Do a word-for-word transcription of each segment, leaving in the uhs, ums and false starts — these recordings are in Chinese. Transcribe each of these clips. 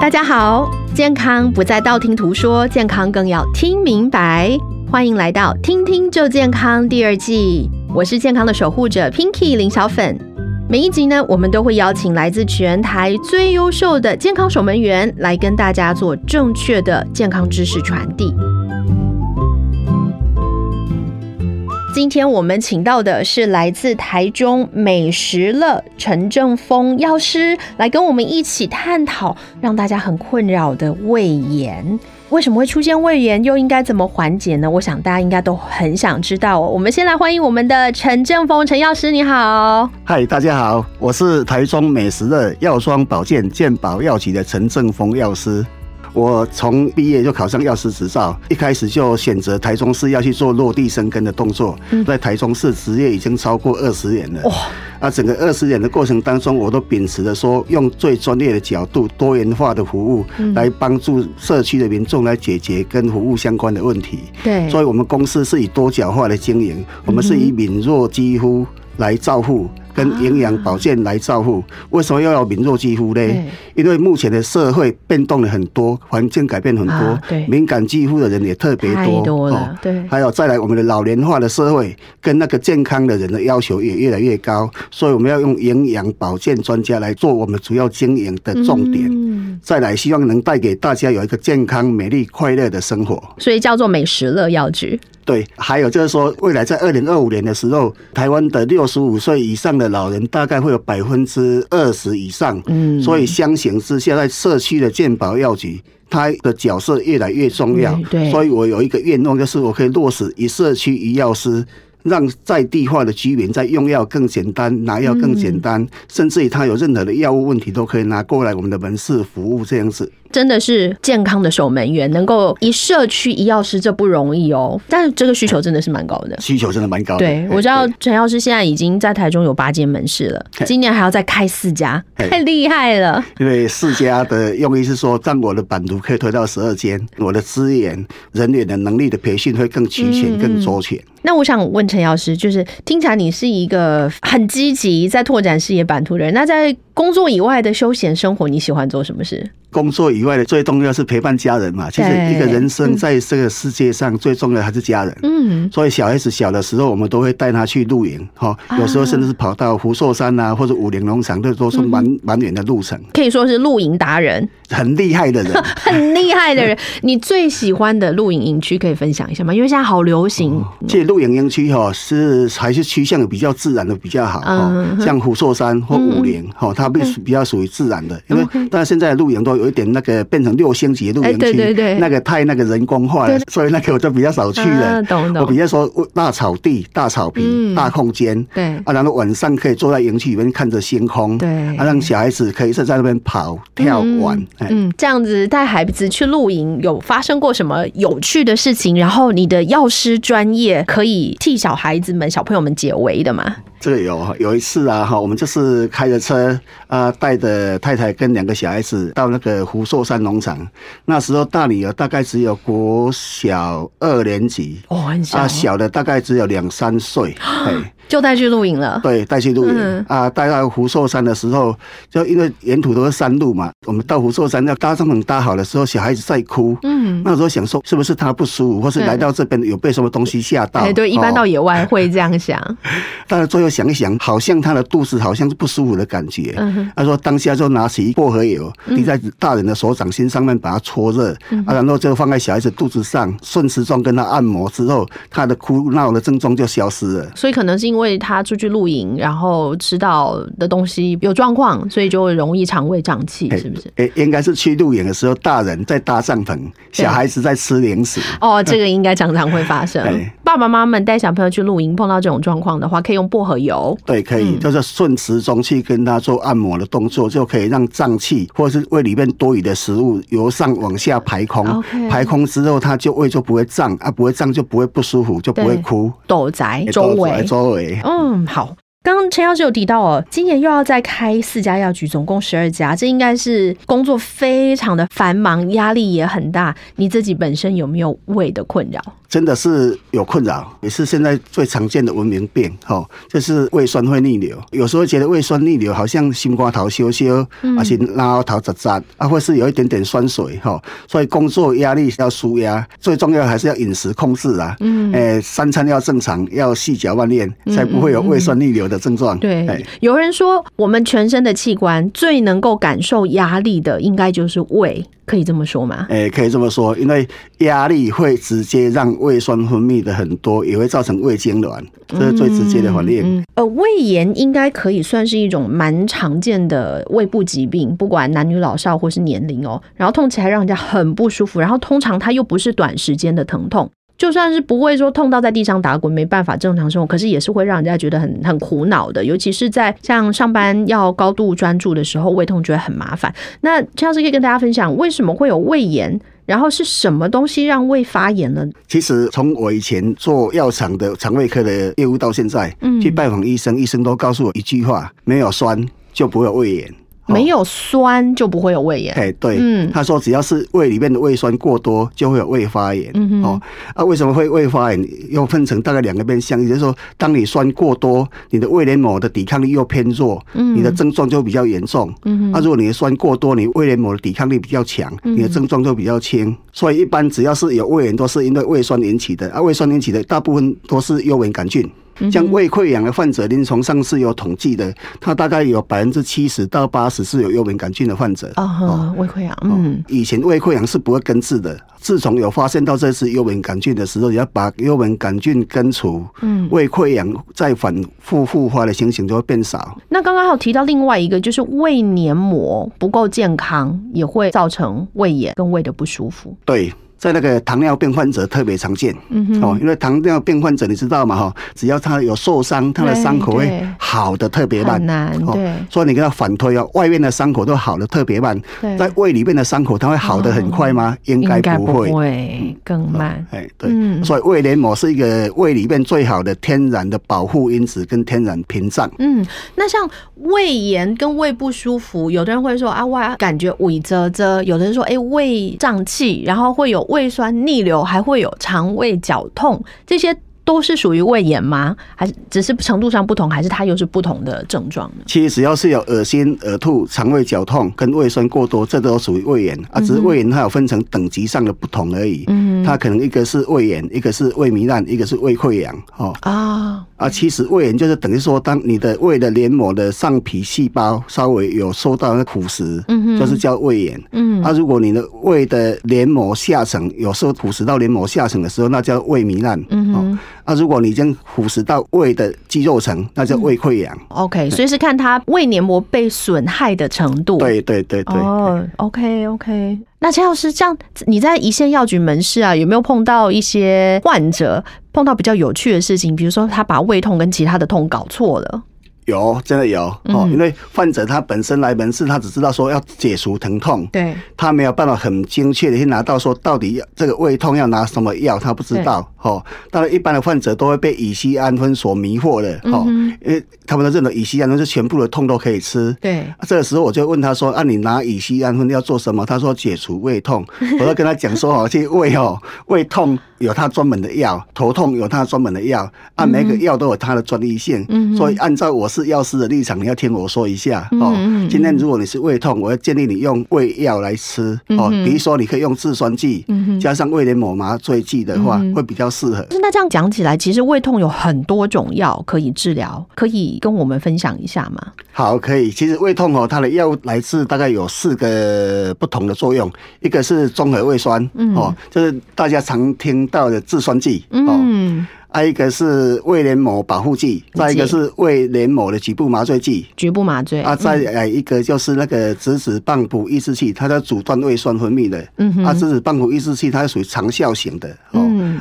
大家好，健康不再道听途说，健康更要听明白。欢迎来到听听就健康第二季，我是健康的守护者 Pinky 林小粉。每一集呢，我们都会邀请来自全台最优秀的健康守门员来跟大家做正确的健康知识传递。今天我们请到的是来自台中美食乐陈正峰药师，来跟我们一起探讨让大家很困扰的胃炎。为什么会出现胃炎，又应该怎么缓解呢？我想大家应该都很想知道哦。我们先来欢迎我们的陈正峰陈药师，你好。 嗨，大家好，我是台中美食乐药妆保健健保药局的陈正峰药师。我从毕业就考上药师执照，一开始就选择台中市要去做落地生根的动作。嗯、在台中市执业已经超过二十年了。哇！啊，整个二十年的过程当中，我都秉持着说，用最专业的角度、多元化的服务，嗯、来帮助社区的民众来解决跟服务相关的问题。对，所以我们公司是以多角化的经营，我们是以敏弱肌肤来照护。跟营养保健来照护，为什么要有敏弱肌肤呢？因为目前的社会变动了很多，环境改变很多，啊、敏感肌肤的人也特别多。太多了，哦、对。还有再来，我们的老年化的社会跟那个健康的人的要求也越来越高，所以我们要用营养保健专家来做我们主要经营的重点。嗯、再来，希望能带给大家有一个健康、美丽、快乐的生活。 所以叫做美食乐药局。 对，还有就是说，未来在二零二五年的时候，台湾的六十五岁以上的老人大概会有百分之二十以上，嗯，所以相形之下，在社区的健保药局，它的角色越来越重要。对，所以我有一个愿望，就是我可以落实一社区一药师。让在地化的居民在用药更简单，拿药更简单，嗯、甚至于他有任何的药物问题都可以拿过来我们的门市服务，这样子。真的是健康的守门员，能够一社区一药师，这不容易哦。但是这个需求真的是蛮高的， 需求真的蛮高的。 对，我知道陈药师现在已经在台中有八间门市了，今年还要再开四家，太厉害了。 因为四家的用意是说，让我的版图可以推到十二间，我的资源、人员的能力的培训会更齐全、嗯、更周全。 那我想问陈药师，就是听起来你是一个很积极在拓展事业版图的人，那在工作以外的休闲生活，你喜欢做什么事？ 工作以外的最重要是陪伴家人嘛。其实一个人生在这个世界上最重要的还是家人。嗯，所以小孩子小的时候，我们都会带他去露营，哈，有时候甚至是跑到福寿山啊，或者武陵农场，这都是蛮蛮远的路程。 可以说是露营达人， 很厉害的人， 很厉害的人。你最喜欢的露营营区可以分享一下吗？因为现在好流行。哦、 其实露营营区哈是还是趋向比较自然的比较好，嗯、像福寿山或武陵，哈，它比较属于自然的。因为但是现在的露营都有一点那个变成六星级的露营区，欸、对对对，那个太那个人工化了，所以那个我就比较少去了。啊、懂懂。我比较说大草地、大草皮、嗯、大空间，对啊，然后晚上可以坐在营区里面看着星空，对啊，让小孩子可以在那边跑、跳、玩。嗯， 嗯，这样子带孩子去露营，有发生过什么有趣的事情？然后你的药师专业可以替小孩子们、小朋友们解围的吗？ 这个有有一次啊，哈，我们就是开着车啊，带着太太跟两个小孩子到那个福寿山农场。那时候大女儿大概只有国小二年级，哦，很小，啊，小的大概只有两三岁，哎。 就带去露营了， 对，带去露营、嗯、啊！带到福寿山的时候，就因为沿途都是山路嘛，我们到福寿山要搭帐篷搭好的时候，小孩子在哭，嗯，那时候想说是不是他不舒服，或是来到这边有被什么东西吓到？哎， 对，一般到野外会这样想。 但是最后想一想，好像他的肚子好像是不舒服的感觉。嗯、他说当下就拿起薄荷油滴在大人的手掌心上面，把它搓热、嗯、啊，然后就放在小孩子肚子上，顺时钟跟他按摩之后，他的哭闹的症状就消失了。 所以可能是因为他出去露营，然后吃到的东西有状况，所以就会容易肠胃胀气，是不是？ 欸、应该是去露营的时候，大人在搭帐篷，小孩子在吃零食。 哦，这个应该常常会发生。爸爸妈妈们带小朋友去露营，碰到这种状况的话，可以用薄荷油。 对，可以，嗯、就是顺时钟去跟他做按摩的动作，就可以让脏气或是胃里面多余的食物由上往下排空。Okay. 排空之后，他就胃就不会胀啊，不会胀就不会不舒服，就不会哭。 肚仔周围， 周围， 嗯，好。 刚刚陈药师有提到哦，今年又要再开四家药局，总共十二家，这应该是工作非常的繁忙，压力也很大。你自己本身有没有胃的困扰？ 真的是有困扰，也是现在最常见的文明病，吼，就是胃酸会逆流。有时候觉得胃酸逆流，好像心肝头烧烧，嗯、还是拉头扎扎，啊，或是有一点点酸水，吼。所以工作压力要舒压，最重要还是要饮食控制啊，嗯，诶、欸，三餐要正常，要细嚼慢咽，才不会有胃酸逆流的症状。 对，有人说我们全身的器官最能够感受压力的，应该就是胃。可以这么说吗？ 诶、欸，可以这么说，因为压力会直接让胃酸分泌的很多，也会造成胃痉挛，这是最直接的反应。嗯嗯、 呃，胃炎应该可以算是一种蛮常见的胃部疾病，不管男女老少或是年龄哦。然后痛起来让人家很不舒服，然后通常它又不是短时间的疼痛。就算是不会说痛到在地上打滚没办法正常生活，可是也是会让人家觉得很很苦恼的，尤其是在像上班要高度专注的时候，胃痛觉得很麻烦。那这样是可以跟大家分享为什么会有胃炎，然后是什么东西让胃发炎了？ 其实从我以前做药厂的肠胃科的业务到现在，嗯，去拜访医生，医生都告诉我一句话：没有酸就不会有胃炎。 没有酸就不会有胃炎。 哎，对，嗯，他说只要是胃里面的胃酸过多，就会有胃发炎。嗯哦，啊，为什么会胃发炎？又分成大概两个面向，也就是说，当你酸过多，你的胃黏膜的抵抗力又偏弱，嗯，你的症状就比较严重。嗯，啊，如果你的酸过多，你胃黏膜的抵抗力比较强，你的症状就比较轻。所以一般只要是有胃炎，都是因为胃酸引起的。啊，胃酸引起的大部分都是幽门杆菌。像胃溃疡的患者，临床上是有统计的，他大概有百分之七十到八十是有幽门杆菌的患者。 哦，哦胃溃疡，嗯、哦， 以前胃溃疡是不会根治的，自从有发现到这次幽门杆菌的时候，要把幽门杆菌根除，嗯，胃溃疡再反复复发的情形就会变少。 那刚刚还有提到另外一个，就是胃黏膜不够健康，也会造成胃炎跟胃的不舒服。 对。在那个糖尿病患者特别常见，嗯哼，哦，因为糖尿病患者你知道嘛，哈，只要他有受伤，他的伤口会好的特别慢， 很难，对， 哦，所以你跟他反推哦，外面的伤口都好的特别慢，在胃里面的伤口，它会好的很快吗？应该不会， 不会更慢， 哎，对，嗯，所以胃黏膜是一个胃里面最好的天然的保护因子跟天然屏障。 嗯，那像胃炎跟胃不舒服，有的人会说啊，我感觉胃啧啧，有的人说哎胃胀气，然后会有胃酸逆流，还会有肠胃绞痛，这些都是属于胃炎吗？还是只是程度上不同，还是它又是不同的症状呢？ 其实只要是有恶心、呕吐、肠胃绞痛跟胃酸过多，这都属于胃炎啊。只是胃炎它有分成等级上的不同而已。嗯，它可能一个是胃炎，一个是胃糜烂，一个是胃溃疡。哦啊啊，其实胃炎就是等于说，当你的胃的黏膜的上皮细胞稍微有受到那腐蚀，嗯，就是叫胃炎。嗯，啊，如果你的胃的黏膜下层有时候腐蚀到黏膜下层的时候，那叫胃糜烂。嗯，哦。啊，如果你已经腐蚀到胃的肌肉层，那叫胃溃疡。 嗯、OK， 所以是看它胃黏膜被损害的程度。 对对对对。 哦 ，OK OK。那陈老师，这样你在一线药局门市啊，有没有碰到一些患者碰到比较有趣的事情？比如说他把胃痛跟其他的痛搞错了？ 有，真的有、嗯、哦，因为患者他本身来门市，他只知道说要解除疼痛，对，他没有办法很精确的去拿到说到底这个胃痛要拿什么药，他不知道哦。当然，一般的患者都会被乙酰氨酚所迷惑的哦，嗯、因为他们都认为乙酰氨酚是全部的痛都可以吃，对。啊、这个时候我就问他说：“啊，你拿乙酰氨酚要做什么？”他说：“解除胃痛。”我就跟他讲说：“哦，这胃哦，胃痛有他专门的药，头痛有他专门的药，啊，每个药都有他的专利性，嗯、所以按照我是药师的立场，你要听我说一下哦。嗯、今天如果你是胃痛，我要建议你用胃药来吃哦，嗯、比如说你可以用制酸剂，嗯、加上胃黏膜麻醉剂的话，嗯、会比较适合。 那这样讲起来，其实胃痛有很多种药可以治疗，可以跟我们分享一下吗？ 好，可以。其实胃痛哦，它的药物来自大概有四个不同的作用，一个是综合胃酸，嗯、哦，就是大家常听到的制酸剂，哦。嗯还、啊、一个是胃黏膜保护剂，再一个是胃黏膜的局部麻醉剂， 局部麻醉啊，再来一个就是那个质子泵浦抑制器，它在阻断胃酸分泌的，嗯哼，啊，质子泵浦抑制器它是属于长效型的，哦，嗯、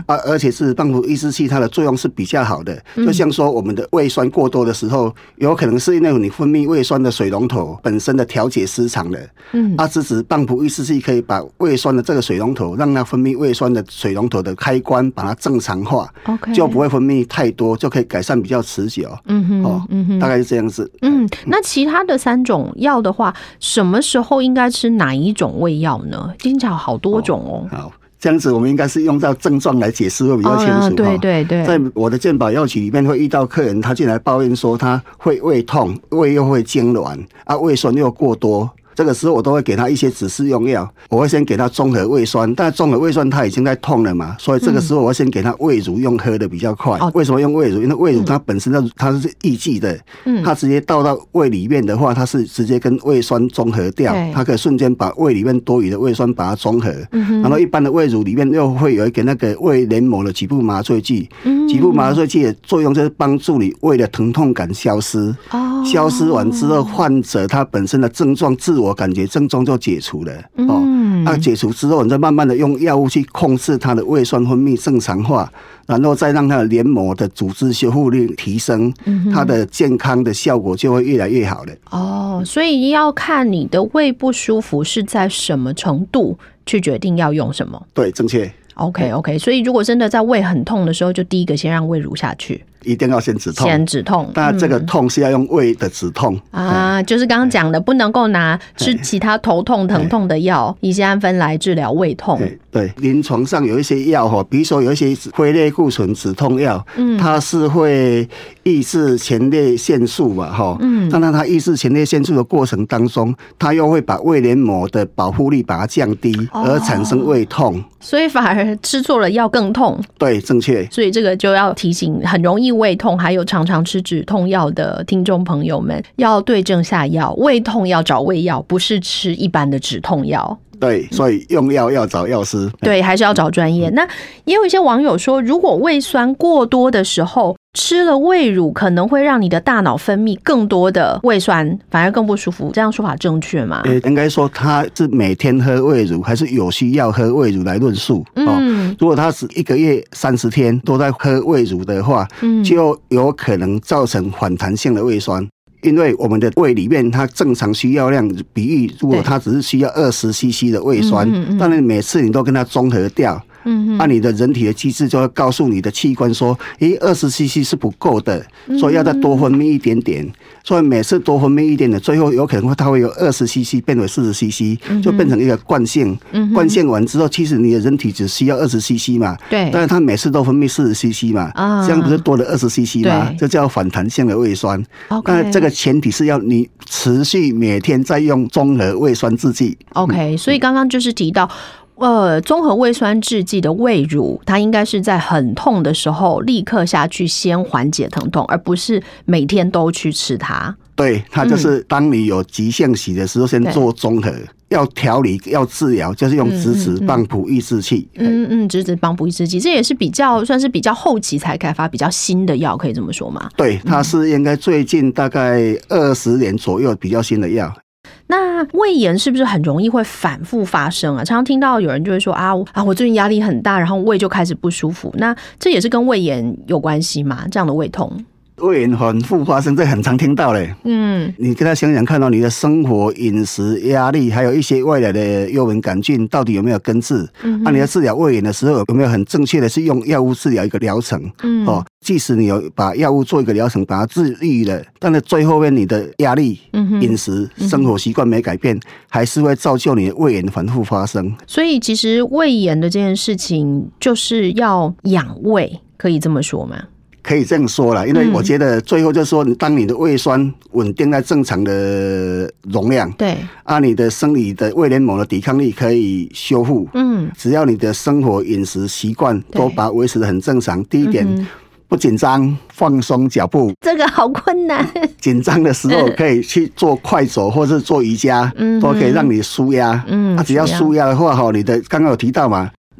啊，而且是帮浦抑制器它的作用是比较好的，就像说我们的胃酸过多的时候，有可能是因为你分泌胃酸的水龙头本身的调节失常了，嗯，啊，支持帮浦抑制器可以把胃酸的这个水龙头，让它分泌胃酸的水龙头的开关把它正常化， OK， 就不会分泌太多，就可以改善比较持久，嗯哼，哦，嗯哼，大概是这样子。 嗯，那其他的三种药的话，什么时候应该吃哪一种胃药呢？听起来好多种哦。 哦，好，这样子我们应该是用到症状来解释会比较清楚。哦， 对对对， 在我的健保药局里面会遇到客人，他进来抱怨说他会胃痛，胃又会痉挛啊，胃酸又过多。这个时候我都会给他一些指示用药，我会先给他中和胃酸，但中和胃酸他已经在痛了嘛，所以这个时候我会先给他胃乳用喝的比较快。嗯，为什么用胃乳？因为胃乳它本身它是抑制的，嗯，它直接倒到胃里面的话，它是直接跟胃酸中和掉，它可以瞬间把胃里面多余的胃酸把它中和。嗯，然后一般的胃乳里面又会有一个那个胃黏膜的局部麻醉剂，嗯，局部麻醉剂的作用就是帮助你胃的疼痛感消失。哦，消失完之后，患者他本身的症状自我感觉症状就解除了，哦，那、啊、解除之后，你再慢慢的用药物去控制它的胃酸分泌正常化，然后再让它的黏膜的组织修复力提升，它的健康的效果就会越来越好了。 哦，所以要看你的胃不舒服是在什么程度，去决定要用什么。 对，正确。 OK OK， 所以如果真的在胃很痛的时候，就第一个先让胃乳下去。 一定要先止痛， 先止痛。 但这个痛是要用胃的止痛， 嗯，啊，就是刚刚讲的，不能够拿吃其他头痛疼痛的药，乙酰氨酚来治疗胃痛。 对对，临床上有一些药哈，比如说有一些非类固醇止痛药，嗯，它是会抑制前列腺素嘛，哈，嗯，但是它抑制前列腺素的过程当中，它又会把胃黏膜的保护力把它降低，哦，而产生胃痛， 所以反而吃错了药更痛。 对，正确。 所以这个就要提醒，很容易胃痛，还有常常吃止痛药的听众朋友们，要对症下药。胃痛要找胃药，不是吃一般的止痛药。 对，所以用药要找药师， 对，还是要找专业。那也有一些网友说，如果胃酸过多的时候，吃了胃乳可能会让你的大脑分泌更多的胃酸，反而更不舒服。这样说法正确吗？ 欸，应该说他是每天喝胃乳，还是有需要喝胃乳来论述。嗯，哦，如果他是一个月三十天都在喝胃乳的话，嗯，就有可能造成反弹性的胃酸。因为我们的胃里面，它正常需要量，比喻如果它只是需要二十 C C 的胃酸，嗯嗯嗯，但是每次你都跟它中和掉，嗯，那、啊、你的人体的机制就会告诉你的器官说，诶，二十 C C 是不够的，所以要再多分泌一点点。所以每次多分泌一点点，最后有可能它会由二十 C C 变为四十 C C， 就变成一个惯性。嗯，惯性完之后，其实你的人体只需要二十 C C 嘛，对，但是它每次都分泌四十 C C 嘛，啊，这样不是多了二十 C C 吗？这叫反弹性的胃酸。但是这个前提是要你持续每天在用综合胃酸制剂。 OK， 所以刚刚就是提到。呃，综合胃酸制剂的胃乳，它应该是在很痛的时候立刻下去，先缓解疼痛，而不是每天都去吃它。 对，它就是当你有急性期的时候，先做综合。要调理要治疗，就是用质子泵浦抑制器。 嗯嗯，质子泵浦抑制器，这也是比较算是比较后期才开发、比较新的药，可以这么说吗？ 对，它是应该最近大概二十年左右比较新的药。 那胃炎是不是很容易会反复发生啊？常常听到有人就会说啊啊，我最近压力很大，然后胃就开始不舒服。那这也是跟胃炎有关系吗？这样的胃痛？ 胃炎反复发生，这很常听到嘞。嗯，你跟他想想看到、哦、你的生活、饮食、压力，还有一些外来的幽门杆菌，到底有没有根治？嗯，那、啊、你在治疗胃炎的时候，有没有很正确的是用药物治疗一个疗程？嗯，哦，即使你有把药物做一个疗程，把它治愈了，但是最后面你的压力、嗯、饮食、生活习惯没改变，还是会造就你的胃炎反复发生。 所以，其实胃炎的这件事情，就是要养胃，可以这么说吗？ 可以这样说啦，因为我觉得最后就是说，当你的胃酸稳定在正常的容量，对，啊，你的生理的胃黏膜的抵抗力可以修复，嗯，只要你的生活饮食习惯都把它维持得很正常。第一点，嗯、不紧张，放松脚步， 这个好困难。 紧张的时候可以去做快走或是做瑜伽，嗯，都可以让你舒压。嗯，啊，只要舒压的话，哈，你的刚刚有提到嘛。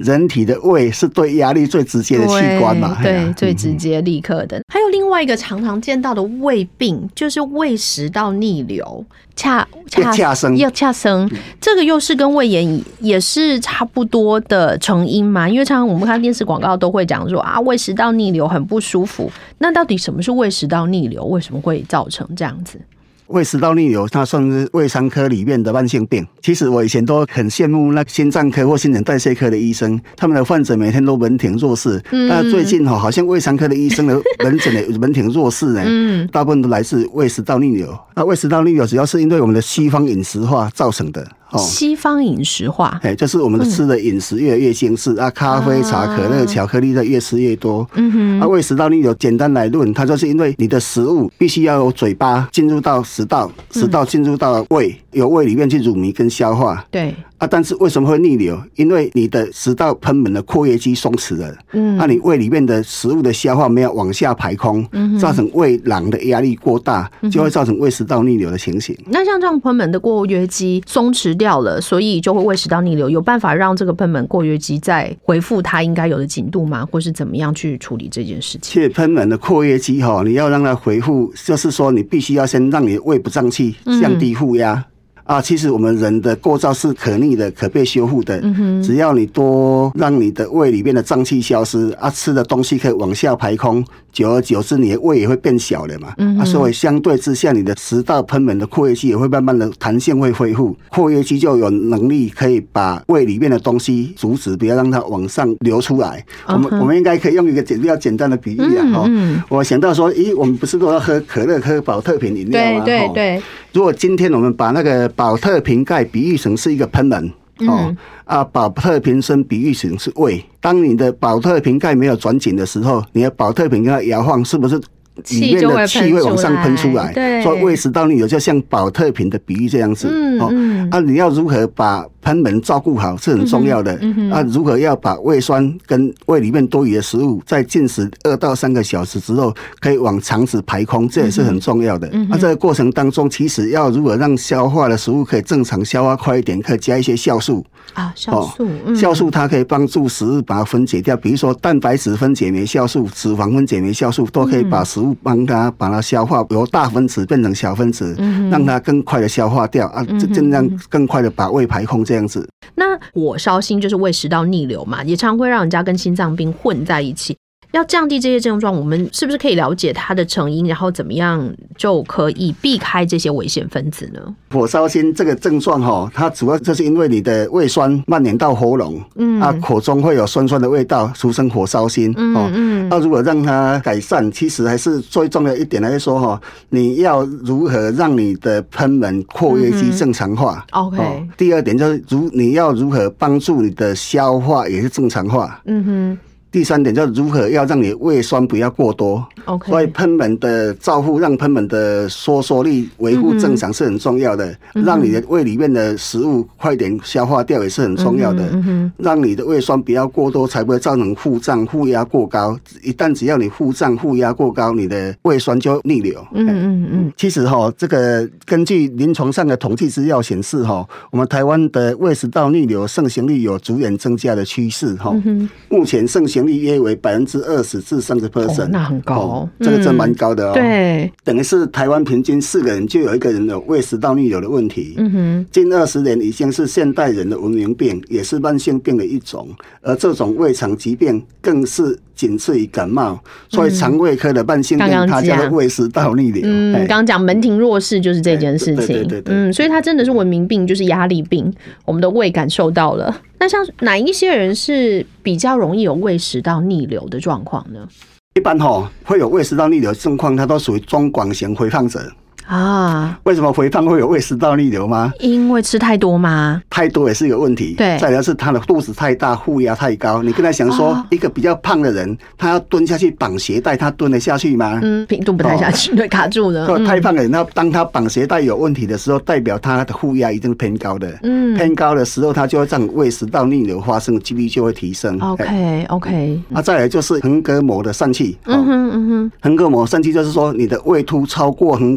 人体的胃是对压力最直接的器官嘛， 对，对最直接立刻的。还有另外一个常常见到的胃病，就是胃食道逆流，恰恰恰生， 要恰生，这个又是跟胃炎也是差不多的成因嘛？因为常常我们看电视广告都会讲说啊，胃食道逆流很不舒服。那到底什么是胃食道逆流？为什么会造成这样子？ 胃食道逆流，它算是胃伤科里面的慢性病。其实我以前都很羡慕那心脏科或新陈代谢科的医生，他们的患者每天都门庭若市。嗯，但最近好像胃伤科的医生的门诊的门庭若市呢，嗯，大部分都来自胃食道逆流。那胃食道逆流主要是因为我们的西方饮食化造成的。 哦、西方饮食化， 哎，就是我们的吃的饮食越来越精致、嗯、啊，咖啡、茶、可乐、巧克力的越吃越多。嗯哼，啊，胃食道逆流简单来论，它就是因为你的食物必须要由嘴巴进入到食道，食道进入到胃，由胃里面去乳糜跟消化。对。啊，但是为什么会逆流？因为你的食道贲门的括约肌松弛了，嗯，那、啊、你胃里面的食物的消化没有往下排空，嗯，造成胃囊的压力过大，就会造成胃食道逆流的情形。 那像这样贲门的括约肌松弛掉了，所以就会胃食道逆流。有办法让这个贲门括约肌再恢复它应该有的紧度吗？或是怎么样去处理这件事情？ 其实贲门的括约肌哈，你要让它恢复，就是说你必须要先让你的胃不胀气，降低负压。嗯啊，其实我们人的构造是可逆的、可被修复的。嗯、只要你多让你的胃里面的脏气消失，啊，吃的东西可以往下排空，久而久之，你的胃也会变小了嘛。嗯、啊，所以相对之下，你的食道贲门的括约肌也会慢慢的弹性会恢复，括约肌就有能力可以把胃里面的东西阻止，不要让它往上流出来。Uh-huh. 我们我们应该可以用一个比较简单的比喻啊，哈、嗯嗯，我想到说，咦，我们不是都要喝可乐、喝保特瓶饮料吗？ 对对对。 如果今天我们把那个保特瓶盖比喻成是一个贲门，哦、嗯、啊，保特瓶身比喻成是胃。当你的保特瓶盖没有转紧的时候，你的保特瓶跟它摇晃，是不是里面的气会往上喷出来？对，所以胃食道逆流就像保特瓶的比喻这样子。嗯哦、嗯，啊，你要如何把贲门照顾好是很重要的。嗯嗯、啊，如何要把胃酸跟胃里面多余的食物在进食二到三个小时之后可以往肠子排空，这也是很重要的。嗯、啊，这个过程当中，其实要如何让消化的食物可以正常消化快一点，可以加一些酵素啊，酵素， 嗯、酵素它可以帮助食物把它分解掉，比如说蛋白质分解酶酵素、脂肪分解酶酵素都可以把食物帮它把它消化，由大分子变成小分子，嗯、让它更快的消化掉啊，尽量更快的把胃排空。这样子， 那火烧心就是胃食道逆流嘛，也常会让人家跟心脏病混在一起。要降低这些症状，我们是不是可以了解它的成因，然后怎么样就可以避开这些危险分子呢？ 火烧心这个症状哈，它主要就是因为你的胃酸蔓延到喉咙，嗯，啊，口中会有酸酸的味道，俗称火烧心。嗯嗯，那如果让它改善，其实还是最重要一点来说哈，你要如何让你的贲门括约肌正常化。嗯、OK、哦。第二点就是如你要如何帮助你的消化也是正常化。嗯哼。第三点就是如何要让你胃酸不要过多。Okay. 所以贲门的照护，让贲门的收缩力维护正常是很重要的。嗯、让你的胃里面的食物快点消化掉也是很重要的。嗯、让你的胃酸不要过多，才不会造成腹胀、腹压过高。一旦只要你腹胀、腹压过高，你的胃酸就逆流。嗯嗯嗯。其实哈，这个根据临床上的统计资料显示哈，我们台湾的胃食道逆流盛行率有逐年增加的趋势哈。嗯、目前盛行率约为百分之二十至三十 percent， 那很高，哦、 这个真蛮高的哦。 嗯、对， 等于是台湾平均四个人就有一个人有胃食道逆流的问题。嗯哼，近二十年已经是现代人的文明病，也是慢性病的一种。而这种胃肠疾病更是仅次于感冒，所以肠胃科的慢性病，嗯、它叫做胃食道逆流。 嗯，刚刚讲门庭若市就是这件事情。对对对对。嗯，所以它真的是文明病，就是压力病，我们的胃感受到了。那像哪一些人是比较容易有胃食道逆流的状况呢？ 一般齁会有胃食道逆流的状况，它都属于中广型肥胖者。啊，为什么肥胖会有胃食道逆流吗？ 因为吃太多吗？ 太多也是一个问题。对，再来是他的肚子太大，腹压太高。你跟他想说，哦、一个比较胖的人，他要蹲下去绑鞋带，他蹲得下去吗？嗯， 蹲不太下去，对、哦，卡住了。 太胖的人，他当他绑鞋带有问题的时候，代表他的腹压一定是偏高的。嗯，偏高的时候，他就会让胃食道逆流发生的几率就会提升。 OK OK。 啊，再来就是横膈膜的疝气。嗯哼嗯哼，横膈膜疝气就是说你的胃突超过横膈膜。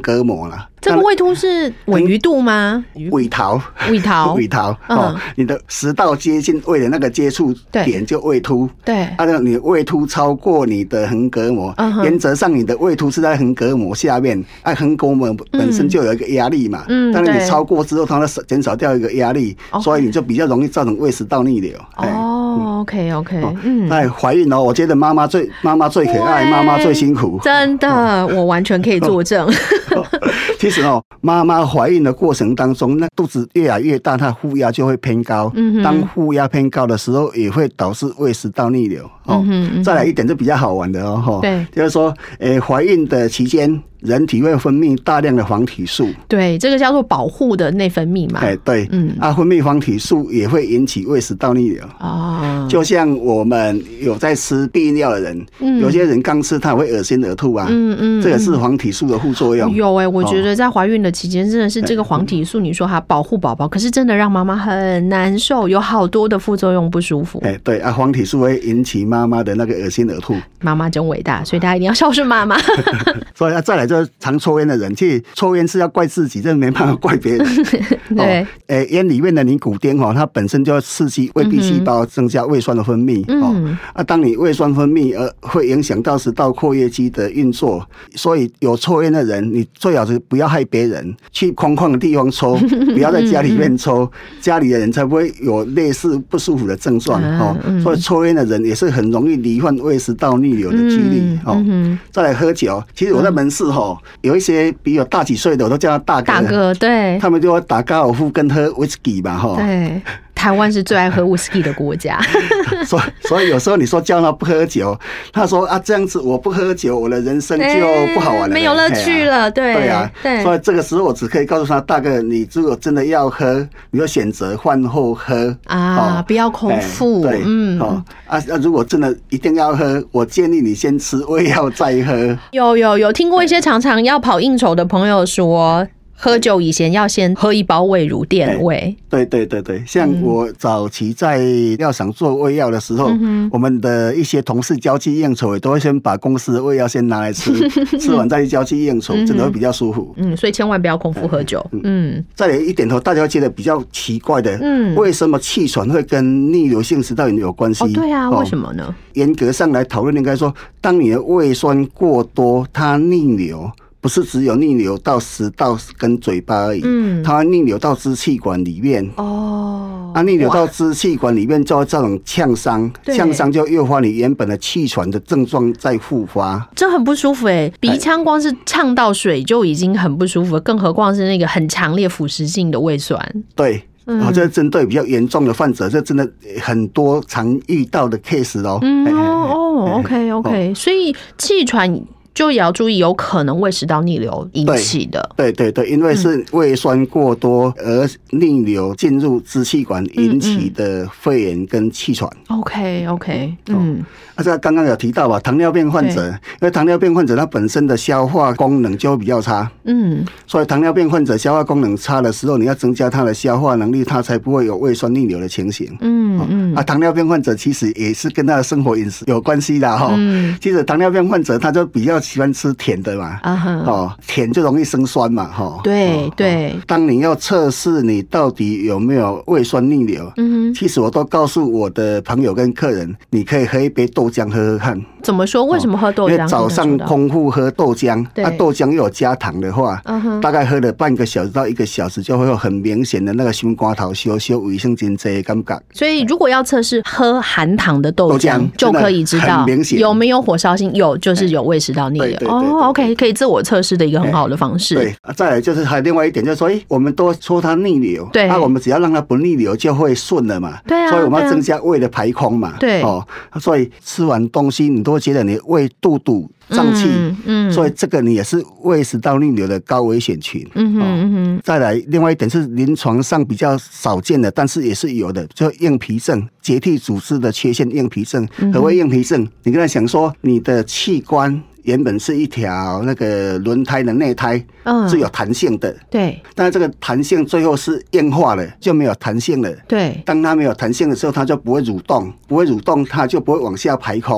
膜啦。 这个胃突是尾鱼肚吗？ 胃桃， 胃桃， 胃桃哦，你的食道接近胃的那个接触点就胃突。 对， 啊，那你胃突超过你的横膈膜，原则上你的胃突是在横膈膜下面，啊，横膈膜本身就有一个压力嘛，嗯，但是你超过之后，它会减少掉一个压力，所以你就比较容易造成胃食道逆流。 哦 ，OK OK， 嗯， 那怀孕哦，我觉得妈妈最妈妈最可爱，妈妈最辛苦， 真的，我完全可以作证。 其实哦，妈妈怀孕的过程当中，那肚子越来越大，它腹压就会偏高。嗯、当腹压偏高的时候，也会导致胃食道逆流。哦，嗯嗯、再来一点就比较好玩的哦，对，就是说，诶，怀孕的期间，人体会分泌大量的黄体素。 对，这个叫做保护的内分泌嘛。 哎，对，嗯，啊，分泌黄体素也会引起胃食道逆流。哦，就像我们有在吃避孕药的人，嗯、有些人刚吃他会恶心呕吐啊，嗯嗯，这也是黄体素的副作用。 有哎、欸，我觉得在怀孕的期间，真的是这个黄体素，你说它保护宝宝，可是真的让妈妈很难受，有好多的副作用不舒服。 哎，对啊，黄体素会引起妈妈的那个恶心呕吐。 妈妈真伟大，所以大家一定要孝顺妈妈。 所以再来就是常抽烟的人，其实抽烟是要怪自己，这没办法怪别人。对，哦，诶，烟里面的尼古丁哦，它本身就要刺激胃壁细胞，增加胃酸的分泌。嗯、哦，啊，当你胃酸分泌而会影响到食道括约肌的运作，所以有抽烟的人，你最好是不要害别人，去空旷的地方抽，不要在家里面抽，家里的人才不会有类似不舒服的症状。哦，所以抽烟的人也是很容易罹患胃食道逆流的几率。哦，再来喝酒，其实我在门市吼，有一些比我大几岁的，我都叫他大哥。 大哥，对， 他们就会打高尔夫跟喝 whisky 嘛，哈。 对。台湾是最爱喝 whisky 的国家， 所以所以有时候你说叫他不喝酒，他说啊这样子我不喝酒，我的人生就不好玩了，欸， 没有乐趣了，对对啊，对，所以这个时候我只可以告诉他，大哥，你如果真的要喝，你就选择饭后喝啊，哦，不要空腹， 对，嗯，哦啊，如果真的一定要喝，我建议你先吃胃药再喝。 有有有听过一些常常要跑应酬的朋友说，喝酒以前要先喝一包胃乳垫胃。 对对对对，像我早期在药厂做胃药的时候，嗯，我们的一些同事交际应酬也都会先把公司的胃药先拿来吃，吃完再去交际应酬，真的会比较舒服。 嗯，所以千万不要空腹喝酒。嗯，嗯再来一点头，大家会觉得比较奇怪的，嗯，为什么气喘会跟逆流性食道炎有关系？ 哦，对啊，为什么呢？ 严格上来讨论，应该说，当你的胃酸过多，它逆流。不是只有逆流到食道跟嘴巴而已，嗯，它会逆流到支气管里面。哦，啊，逆流到支气管里面就会造成呛伤，呛伤就诱发你原本的气喘的症状再复发， 这很不舒服哎，鼻腔光是呛到水就已经很不舒服了，更何况是那个很强烈腐蚀性的胃酸。 对。哦，这针对比较严重的患者，这真的很多常遇到的 case 哦。 嗯哦 ，OK OK， 所以气喘。就也要注意，有可能胃食道逆流引起的。对对 对, 对，因为是胃酸过多而逆流进入支气管引起的肺炎跟气喘。 OK OK， 嗯， 啊，这刚刚有提到吧，糖尿病患者，因为糖尿病患者他本身的消化功能就会比较差，嗯，所以糖尿病患者消化功能差的时候，你要增加他的消化能力，他才不会有胃酸逆流的情形。嗯嗯，啊，糖尿病患者其实也是跟他的生活饮食有关系的哈。嗯，其实糖尿病患者他就比较喜欢吃甜的嘛，啊哈，哦，甜就容易生酸嘛，哈。 对对、哦。 当你要测试你到底有没有胃酸逆流，嗯哼，其实我都告诉我的朋友跟客人，你可以喝一杯豆浆喝喝看。 怎么说？为什么喝豆浆？ 因为早上空腹喝豆浆，那、啊、豆浆又有加糖的话，嗯、大概喝了半个小时到一个小时，就会有很明显的那个心肝头烧烧、胃酸真多的感觉。 所以如果要测试喝含糖的豆浆，就可以知道有没有火烧心，有就是有胃食道逆流。哦 ，OK， 可以自我测试的一个很好的方式。 对，再来就是还有另外一点，就是说，哎，我们都说它逆流，对，那、啊、我们只要让它不逆流，就会顺了嘛。对啊，所以我们要增加胃的排空嘛。对，哦，所以吃完东西你都会觉得你胃肚肚胀气，嗯嗯，所以这个你也是胃食道逆流的高危险群。嗯哼嗯哼。再来，另外一点是临床上比较少见的，但是也是有的，就硬皮症、结缔组织的缺陷硬皮症。何谓硬皮症？你跟他想说，你的器官原本是一条那个轮胎的内胎，嗯，是有弹性的，对。但是这个弹性最后是硬化了，就没有弹性了，对。当它没有弹性的时候，它就不会蠕动，不会蠕动，它就不会往下排空。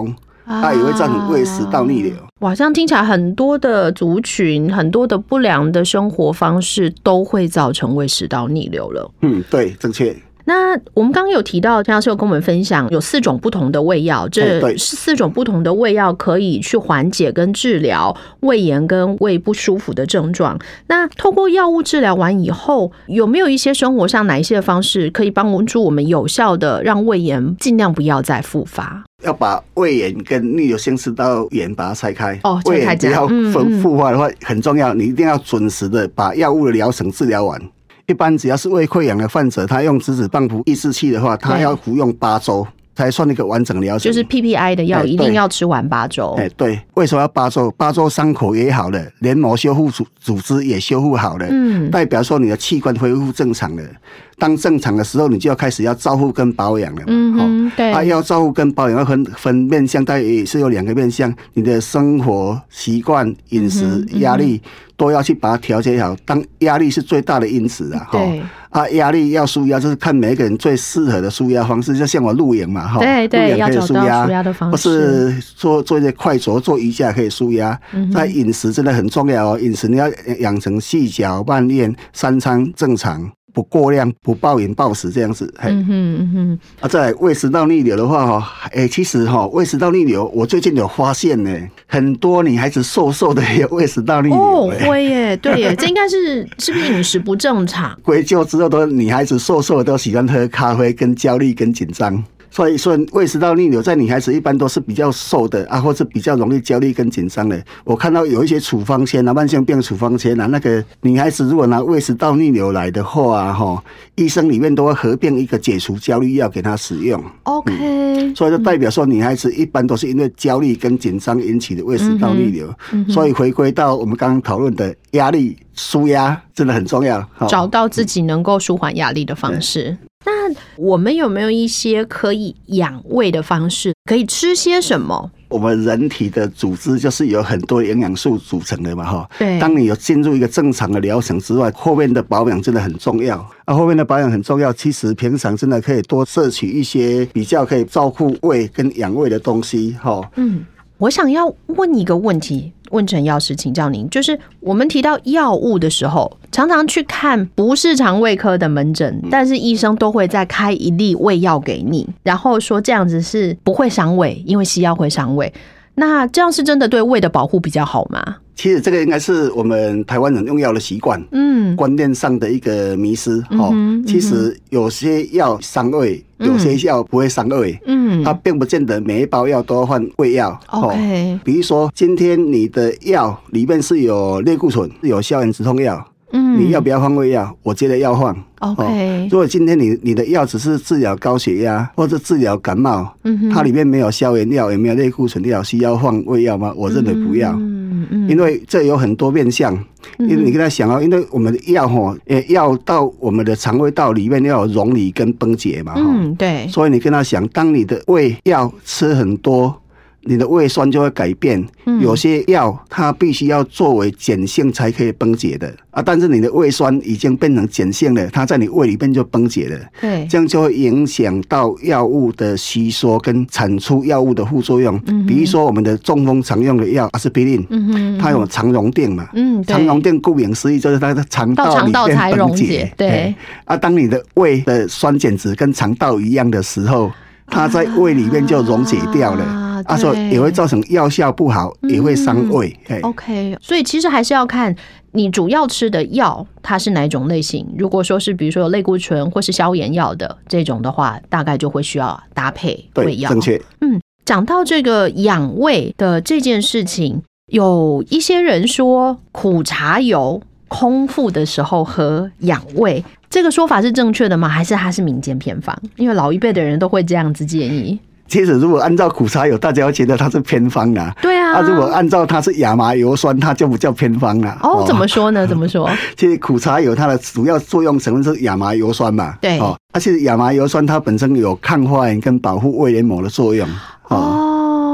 它也会造成胃食道逆流。 哇，这样听起来很多的族群、很多的不良的生活方式都会造成胃食道逆流了。 嗯，对，正确。 那我们刚刚有提到，张教授有跟我们分享有四种不同的胃药，这四种不同的胃药可以去缓解跟治疗胃炎跟胃不舒服的症状。那透过药物治疗完以后，有没有一些生活上哪一些的方式可以帮助我们有效的让胃炎尽量不要再复发？ 要把胃炎跟逆流性食道炎把它拆开。 哦， 胃炎不要复发的话很重要，你一定要准时的把药物的疗程治疗完。一般只要是胃溃疡的患者，他用质子泵服抑制器的话，他要服用八周才算一个完整疗程。就是 P P I 的药一定要吃完八周。哎，对，为什么要八周？八周伤口也好了，黏膜修复组组织也修复好了，嗯，代表说你的器官恢复正常了。当正常的时候，你就要开始要照护跟保养了嘛。嗯，对。啊，要照护跟保养要分分面向，大概也是有两个面向，你的生活习惯、饮食、压力。都要去把它调节好，当压力是最大的因子啊，对啊，压力要舒压，就是看每一个人最适合的舒压方式，就像我露营嘛，哈，对对，要找到舒压的方式，或是做做一些快走、做瑜伽可以舒压。嗯、在饮食真的很重要哦，饮食你要养成细嚼慢咽，三餐正常。不过量，不暴饮暴食这样子。嗯哼嗯哼。啊，再来胃食道逆流的话哈，哎、欸，其实哈胃食道逆流，我最近有发现呢，很多女孩子瘦瘦的也有胃食道逆流。哦，会耶，对耶，这应该是是不是饮食不正常？归咎之后，都女孩子瘦瘦的都喜欢喝咖啡，跟焦虑跟紧张。所以说胃食道逆流在女孩子一般都是比较瘦的啊，或是比较容易焦虑跟紧张的。我看到有一些处方签啊，慢性病处方签啊，那个女孩子如果拿胃食道逆流来的话，哈，医生里面都会合并一个解除焦虑药给她使用。OK，嗯、所以就代表说女孩子一般都是因为焦虑跟紧张引起的胃食道逆流。嗯嗯、所以回归到我们刚刚讨论的压力舒压真的很重要，找到自己能够舒缓压力的方式。那我们有没有一些可以养胃的方式？可以吃些什么？我们人体的组织就是有很多营养素组成的嘛，哈。对。当你有进入一个正常的疗程之外，后面的保养真的很重要。啊，后面的保养很重要。其实平常真的可以多摄取一些比较可以照顾胃跟养胃的东西，哈。嗯。我想要问一个问题，问陈药师请教您，就是我们提到药物的时候，常常去看不是肠胃科的门诊，但是医生都会再开一粒胃药给你，然后说这样子是不会伤胃，因为西药会伤胃。那这样是真的对胃的保护比较好吗？其实这个应该是我们台湾人用药的习惯，嗯，观念上的一个迷思。哦、嗯，其实有些药伤胃，有些药不会伤胃，嗯，它并不见得每一包药都要换胃药。OK，、哦、比如说今天你的药里面是有类固醇，有消炎止痛药。嗯，你要不要换胃药？我觉得要换。OK，、哦、如果今天你你的药只是治疗高血压或者治疗感冒，嗯，它里面没有消炎药，也没有类固醇药，需要换胃药吗？我认为不要。嗯嗯，因为这有很多面向。因为你跟他想啊，因为我们的药哈，药到我们的肠胃道里面要有溶离跟崩解嘛，嗯，对。所以你跟他想，当你的胃药吃很多。你的胃酸就会改变，嗯、有些药它必须要作为碱性才可以崩解的啊，但是你的胃酸已经变成碱性了，它在你胃里面就崩解了，对，这样就会影响到药物的吸收跟产出药物的副作用。嗯、比如说我们的中风常用的药阿司匹林，嗯、它有肠溶定嘛，嗯、肠溶定顾名思义就是它的肠道里面崩解，对啊，当你的胃的酸碱值跟肠道一样的时候。它在胃里面就溶解掉了，啊，啊所以也会造成药效不好，嗯、也会伤胃。OK， 所以其实还是要看你主要吃的药它是哪一种类型。如果说是比如说有类固醇或是消炎药的这种的话，大概就会需要搭配胃药。正确。嗯，讲到这个养胃的这件事情，有一些人说苦茶油空腹的时候喝养胃。这个说法是正确的吗？还是它是民间偏方？因为老一辈的人都会这样子建议。其实如果按照苦茶油，大家会觉得它是偏方啦。对啊。啊，如果按照它是亚麻油酸，它就不叫偏方啦。哦，怎么说呢？怎么说？其实苦茶油它的主要作用成分是亚麻油酸嘛。对。哦，而且亚麻油酸它本身有抗发炎跟保护胃黏膜的作用。哦。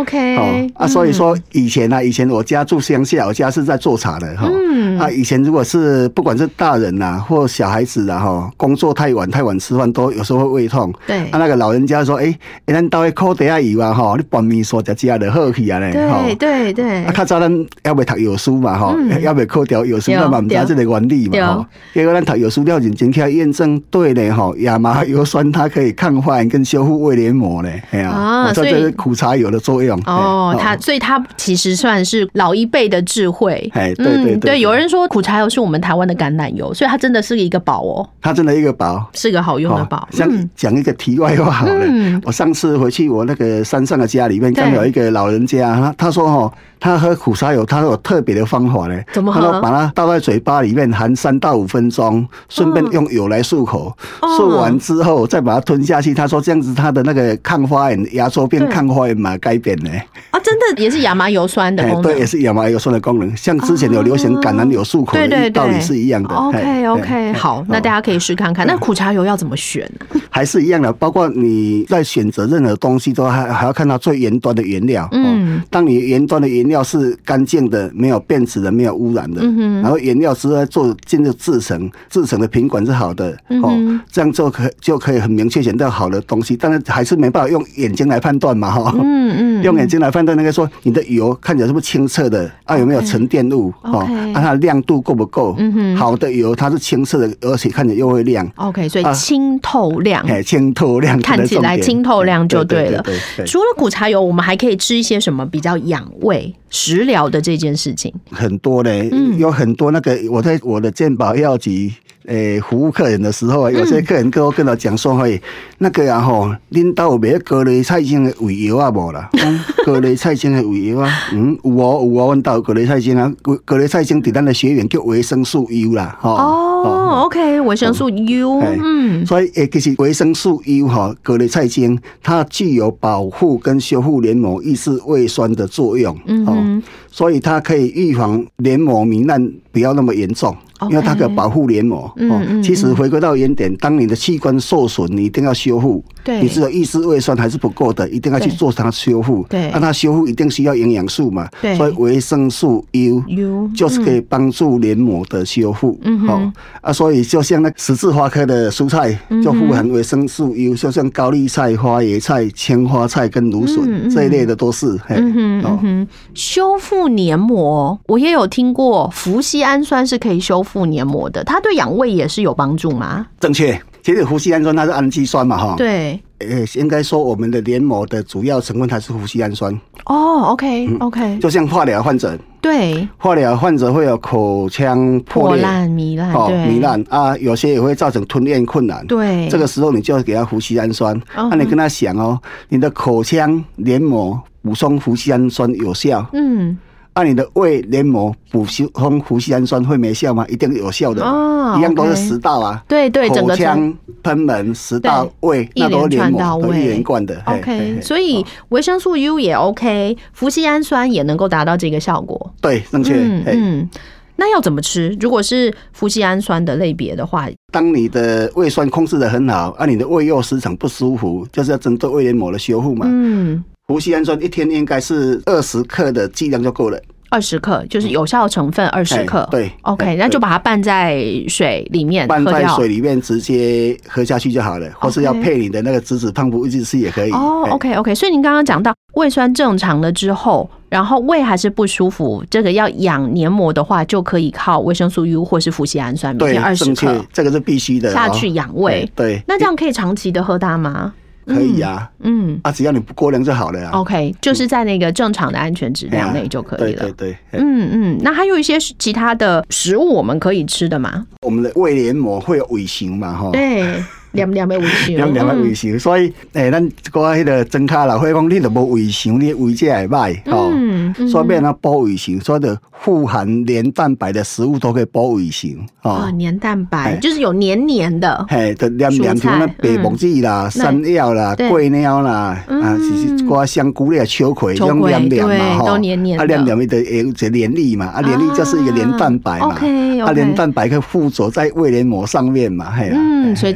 OK， 哦啊，所以说以前啊，以前我家住乡下，我家是在做茶的哈。嗯啊，以前如果是不管是大人呐、啊、或小孩子啊哈，工作太晚太晚吃饭都有时候会胃痛。 对。 啊，那个老人家说，哎、欸，咱到迄烤茶油啊哈，你拌面线食食就好去啊咧。 对对对。 啊，较早咱还未读药书嘛哈，还未考掉药书，咱嘛唔知这个原理嘛哈。结果咱读药书了，认真去验证，对咧哈，亚麻油酸它可以抗发炎跟修复胃黏膜咧。哎呀，啊，这就是苦茶油的作用。 哦，它所以它其实算是老一辈的智慧。 哎，对对 对, 对，有人说苦茶油是我们台湾的橄榄油，所以它真的是一个宝哦。 它真的一个宝， 是个好用的宝。 像讲一个题外话好了，嗯、我上次回去我那个山上的家里面，刚有一个老人家，他他说哦，他喝苦茶油，他有特别的方法呢。 怎么喝？ 他说把它倒在嘴巴里面，含三到五分钟，顺便用油来漱口，漱、哦、完之后再把它吞下去。他说这样子，他的那个抗发炎、牙周病抗发炎嘛改变呢。 啊，真的也是亚麻油酸的功能。 对，也是亚麻油酸的功能。像之前有流行橄榄油漱口的道理是一样的。 OK OK， 好，那大家可以试看看。那苦茶油要怎么选呢？ 还是一样的，包括你在选择任何东西都还还要看到最源端的原料。嗯，当你源端的原料是干净的、没有变质的、没有污染的，嗯、然后原料之后做进入制成，制成的品管是好的，哦、嗯，这样就可就可以很明确选到好的东西。但是还是没办法用眼睛来判断嘛，哈，嗯嗯，用眼睛来判断那个说你的油看起来是不是清澈的啊？有没有沉淀物？哦，啊，它的亮度够不够？嗯哼，好的油它是清澈的，而且看起来又会亮。 OK， 所以清透亮。 哎，清透亮， 看起来清透亮就对了。对对对对，除了苦茶油，我们还可以吃一些什么比较养胃、食疗的这件事情？ 很多嘞，嗯、有很多那个我在我的健保药局诶、欸、服务客人的时候，有些客人跟我跟我讲说，嘿、嗯，那个啊吼，恁兜有买高丽菜精的胃药啊无啦？高丽菜精的胃药啊，嗯，有哦有哦，阮兜有高丽菜精啊，高丽菜精伫咱的学员叫维生素 U 啦，吼。 哦 ，OK， 维生素 U， 嗯， 所以诶，其实维生素 U 哈，高丽菜精它具有保护跟修复黏膜、抑制胃酸的作用，嗯哼，所以它可以预防黏膜糜烂，不要那么严重。因为它可以保护黏膜。嗯嗯嗯，其实回归到原点，当你的器官受损，你一定要修复。对，你只有抑制胃酸还是不够的，一定要去做它修复。对，那它修复一定需要营养素嘛。对，所以维生素 U U 就是可以帮助黏膜的修复。嗯哦啊，所以就像那十字花科的蔬菜就富含维生素 U， 就像高丽菜、花椰菜、青花菜跟芦笋、嗯嗯、这一类的都是。嗯哼嗯哼，修复黏膜，我也有听过，脯酰氨酸是可以修复黏膜的，它对养胃也是有帮助吗？ 正确，其实脯酰氨酸它是氨基酸嘛，哈。对。呃，应该说我们的黏膜的主要成分还是脯酰氨酸。 哦 ，OK OK，嗯、 就像化疗患者。 对。化疗患者会有口腔破裂、 烂、糜烂， 哦，糜烂啊，有些也会造成吞咽困难。对。这个时候你就要给他脯酰氨酸，那、uh-huh. 啊、你跟他讲哦，你的口腔黏膜补充脯酰氨酸有效。嗯。按、啊、你的胃黏膜补充脯酰氨酸会没效吗？一定有效的，哦、一样都是食道啊。对对，口腔、贲门、食道、胃，那都黏膜都一连贯的。 OK， 所以维生素 U 也 OK， 脯酰氨酸也能够达到这个效果。 对，正确。嗯嗯，那要怎么吃？如果是脯酰氨酸的类别的话， 当你的胃酸控制得很好，啊，你的胃又时常不舒服，就是要针对胃黏膜的修复嘛。嗯。脯酰氨酸一天应该是二十克的剂量就够了。 二十克就是有效成分二十克。对 ，OK， 那就把它拌在水里面， 拌在水里面直接喝下去就好了， okay. 或是要配你的那个质子胖不抑制剂也可以。 哦 ，OK OK， 所以您刚刚讲到胃酸正常了之后，然后胃还是不舒服，这个要养黏膜的话，就可以靠维生素 U 或是脯酰氨酸，每天二十克， 这个是必须的， 下去养胃。 对， 那这样可以长期的喝它吗？ 可以啊，嗯，啊，只要你不过量就好了啊。 OK， 就是在那个正常的安全质量内就可以了。 对对对， 嗯嗯，那还有一些其他的食物我们可以吃的吗？ 我们的胃黏膜会有胃形嘛，哈。对。 黏黏的胃肠， 黏黏的胃肠，所以诶，咱个迄个增加老伙讲，你都无胃肠，你胃才会歹吼。嗯嗯、所以变啊补胃肠，所以的富含黏蛋白的食物都可以补胃肠。 哦，黏蛋白就是有黏黏的， 嘿，就黏黏像那白木子啦、山药啦、桂鸟啦，啊，是是个香菇类、秋葵这种黏黏嘛，吼， 都黏黏的。 啊，黏黏的有一个黏力嘛，啊，黏力就是一个黏蛋白嘛。 OK， 啊，黏蛋白可以附着在胃黏膜上面嘛，嘿。 嗯，所以这些都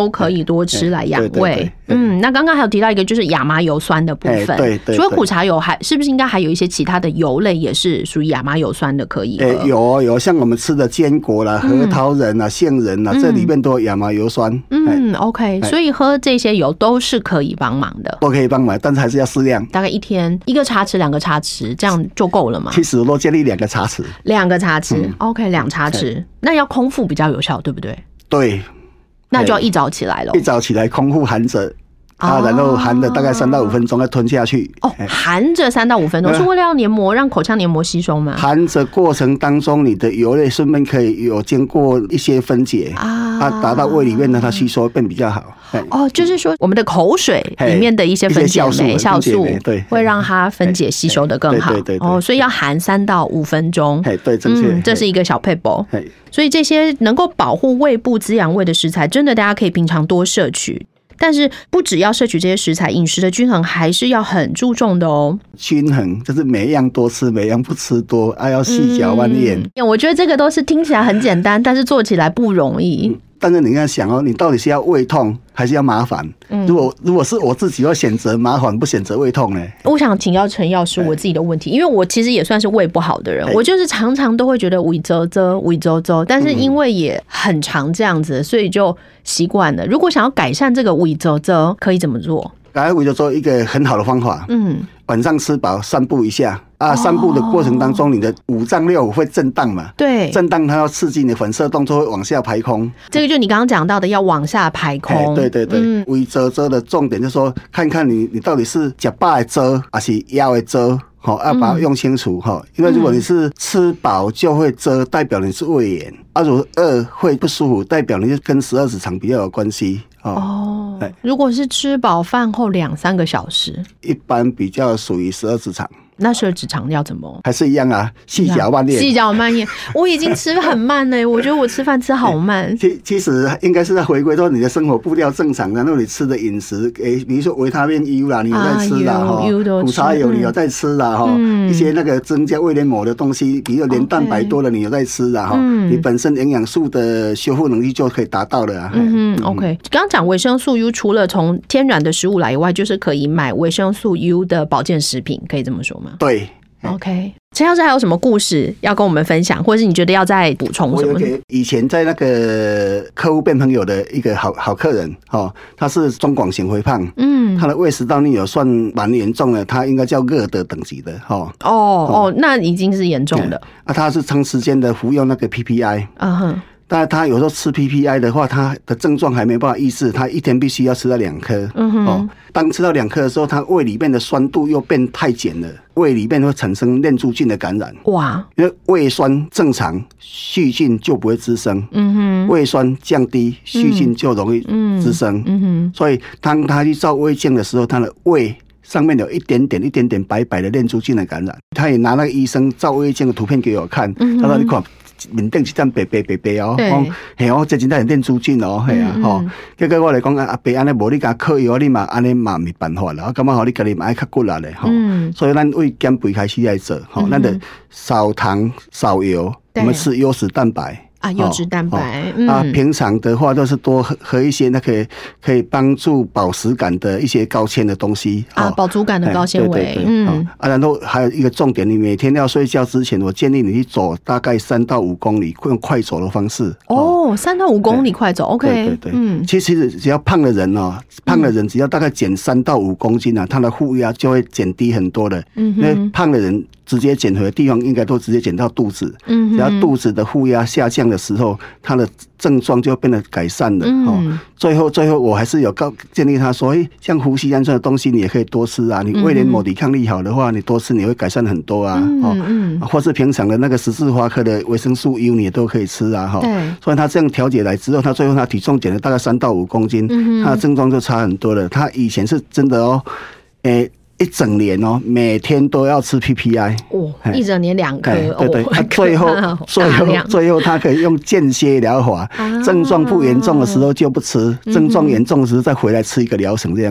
都可以多吃来养胃。 对对对对嗯，那刚刚还有提到一个就是亚麻油酸的部分， 对对， 除了苦茶油，还是不是应该还有一些其他的油类也是属于亚麻油酸的可以？ 欸、有有，像我们吃的坚果啦、核桃仁啦、杏仁啦，这里面都有亚麻油酸。 嗯 ，OK， 所以喝这些油都是可以帮忙的， 都可以帮忙，但是还是要适量。 大概一天一个茶匙、两个茶匙，这样就够了吗？ 其实我都建议两个茶匙， 两个茶匙、嗯、，OK， 两茶匙，那要空腹比较有效，对不对？ 对， 那就要一早起来了， 一早起来空腹含着。啊，然后含着大概三到五分钟，再吞下去。 哦，含着三到五分钟，是为了要黏膜，让口腔黏膜吸收吗？ 含着过程当中，你的油类顺便可以有经过一些分解啊，它达到胃里面呢，它吸收变比较好。 哦，就是说我们的口水里面的一些分解酶、酵素，对，会让它分解吸收的更好。对对对。哦，所以要含三到五分钟。 哎，对，正确。 嗯，这是一个小撇步。所以这些能够保护胃部、滋养胃的食材，真的大家可以平常多摄取。但是不只要摄取这些食材，饮食的均衡还是要很注重的哦。 均衡就是每一样多吃，每一样不吃多，还要细嚼慢咽。 嗯，我觉得这个都是听起来很简单，但是做起来不容易。 嗯，但是你要想哦，你到底是要胃痛还是要麻烦？嗯，如果如果是我自己要选择麻烦，不选择胃痛呢？ 我想请教陈药师我自己的问题，因为我其实也算是胃不好的人，我就是常常都会觉得胃啧啧胃啧啧，但是因为也很常这样子，所以就习惯了。如果想要改善这个胃啧啧，可以怎么做？ 改善胃啧啧一个很好的方法，嗯，晚上吃饱散步一下。啊，散步的过程当中，你的五脏六腑会震荡嘛？对，震荡它要刺激你的反射动作，会往下排空。这个就你刚刚讲到的，要往下排空。 对对对，胃啧啧的重点就是说，看看你你到底是脚巴的啧还是腰的啧，好，要把它用清楚哈。因为如果你是吃饱就会啧，代表你是胃炎；啊，如果饿会不舒服，代表你是跟十二指肠比较有关系。 哦，如果是吃饱饭后两三个小时， 一般比较属于十二指肠。 那十二指肠要怎么？ 还是一样啊，细嚼慢咽。 细嚼慢咽，我已经吃很慢了，我觉得我吃饭吃好慢。 其其实应该是在回归说你的生活步调正常，然后你吃的饮食，诶，比如说维他命 U 啦，你有在吃啦哈，苦茶油你有在吃啦哈，嗯，一些那个增加胃黏膜的东西，比如连蛋白多的你有在吃啦哈，嗯，你本身营养素的修复能力就可以达到了啊。 嗯嗯 ，OK。刚刚讲维生素 U， 除了从天然的食物来以外，就是可以买维生素 U 的保健食品，可以这么说吗？ 对 ，OK。陈药师还有什么故事要跟我们分享，或者是你觉得要再补充什么？ 我有给以前在那个客户变朋友的一个好好客人哦，他是中广型肥胖，嗯，他的胃食道逆流算蛮严重的，他应该叫热的等级的哈。哦哦, 哦，那已经是严重的。 啊，他是长时间的服用那个 P P I， 嗯哼。但他有时候吃 P P I 的话，他的症状还没办法抑制，他一天必须要吃到两颗。嗯哼。哦，当吃到两颗的时候，他胃里面的酸度又变太碱了，胃里面会产生链珠菌的感染。哇！因为胃酸正常，细菌就不会滋生。嗯哼。胃酸降低，细菌就容易滋生。嗯哼。所以当他去照胃镜的时候，他的胃上面有一点点、一点点白白的链珠菌的感染。他也拿那个医生照胃镜的图片给我看，他说：“你看。”面顶是这样白白白白哦，嘿哦，这真正是链珠菌哦，系啊，吼。结果我来讲阿伯安尼无你甲靠药，你嘛安尼嘛没办法啦。我感觉吼你家己嘛爱较骨力咧，吼。所以咱胃减肥开始来做，吼，咱得少糖少油，我们吃优质蛋白。 啊，优质蛋白、哦嗯、 啊，平常的话都是多喝喝一些那个可以帮助饱食感的一些高纤的东西啊，饱足感的高纤维。 嗯，啊，然后还有一个重点，你每天要睡觉之前，我建议你去走大概三到五公里，用快走的方式。 哦，三到五公里快走 ，OK。 对对对，嗯，其实只要胖的人哦，胖的人只要大概减三到五公斤啊，他的负压就会减低很多的。嗯，因为胖的人直接减回的地方应该都直接减到肚子。嗯，只要肚子的负压下降的时候，他的症状就变得改善了。嗯、哦，最后最后我还是有告建议他说，哎，像呼吸安酸的东西你也可以多吃啊。你胃黏膜抵抗力好的话，你多吃你会改善很多啊。嗯嗯，哦，或是平常的那个十字花科的维生素 U 你也都可以吃啊。哈、哦，对。所以他这样调节来之后，他最后他体重减了大概三到五公斤，嗯、他的症状就差很多了。他以前是真的哦，诶。一整年哦，每天都要吃 P P I 哦，一整年两颗， 对对，他、哦、最后最后最后他可以用间歇疗法，啊、症状不严重的时候就不吃，嗯、症状严重的时候再回来吃一个疗程这样子。嗯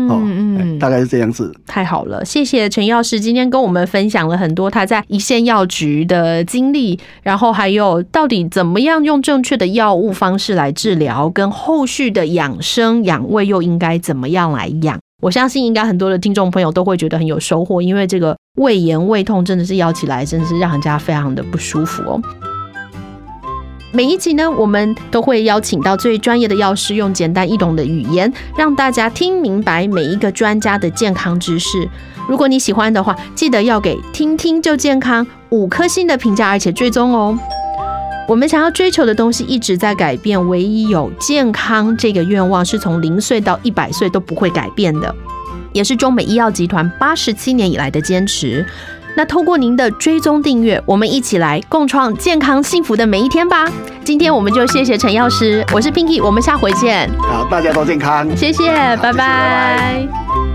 嗯嗯， 大概是这样子。 太好了，谢谢陈药师今天跟我们分享了很多他在一线药局的经历，然后还有到底怎么样用正确的药物方式来治疗，跟后续的养生养胃又应该怎么样来养。我相信应该很多的听众朋友都会觉得很有收获，因为这个胃炎胃痛真的是咬起来真的是让人家非常的不舒服哦。每一集呢，我们都会邀请到最专业的药师，用简单易懂的语言，让大家听明白每一个专家的健康知识。如果你喜欢的话，记得要给听听就健康五颗星的评价，而且追踪哦。我们想要追求的东西一直在改变，唯一有健康这个愿望是从零岁到一百岁都不会改变的，也是中美医药集团八十七年以来的坚持。那透过您的追踪订阅，我们一起来共创健康幸福的每一天吧。今天我们就谢谢陈药师，我是 Pinky， 我们下回见。 好，大家都健康， 谢谢，拜拜。 拜拜。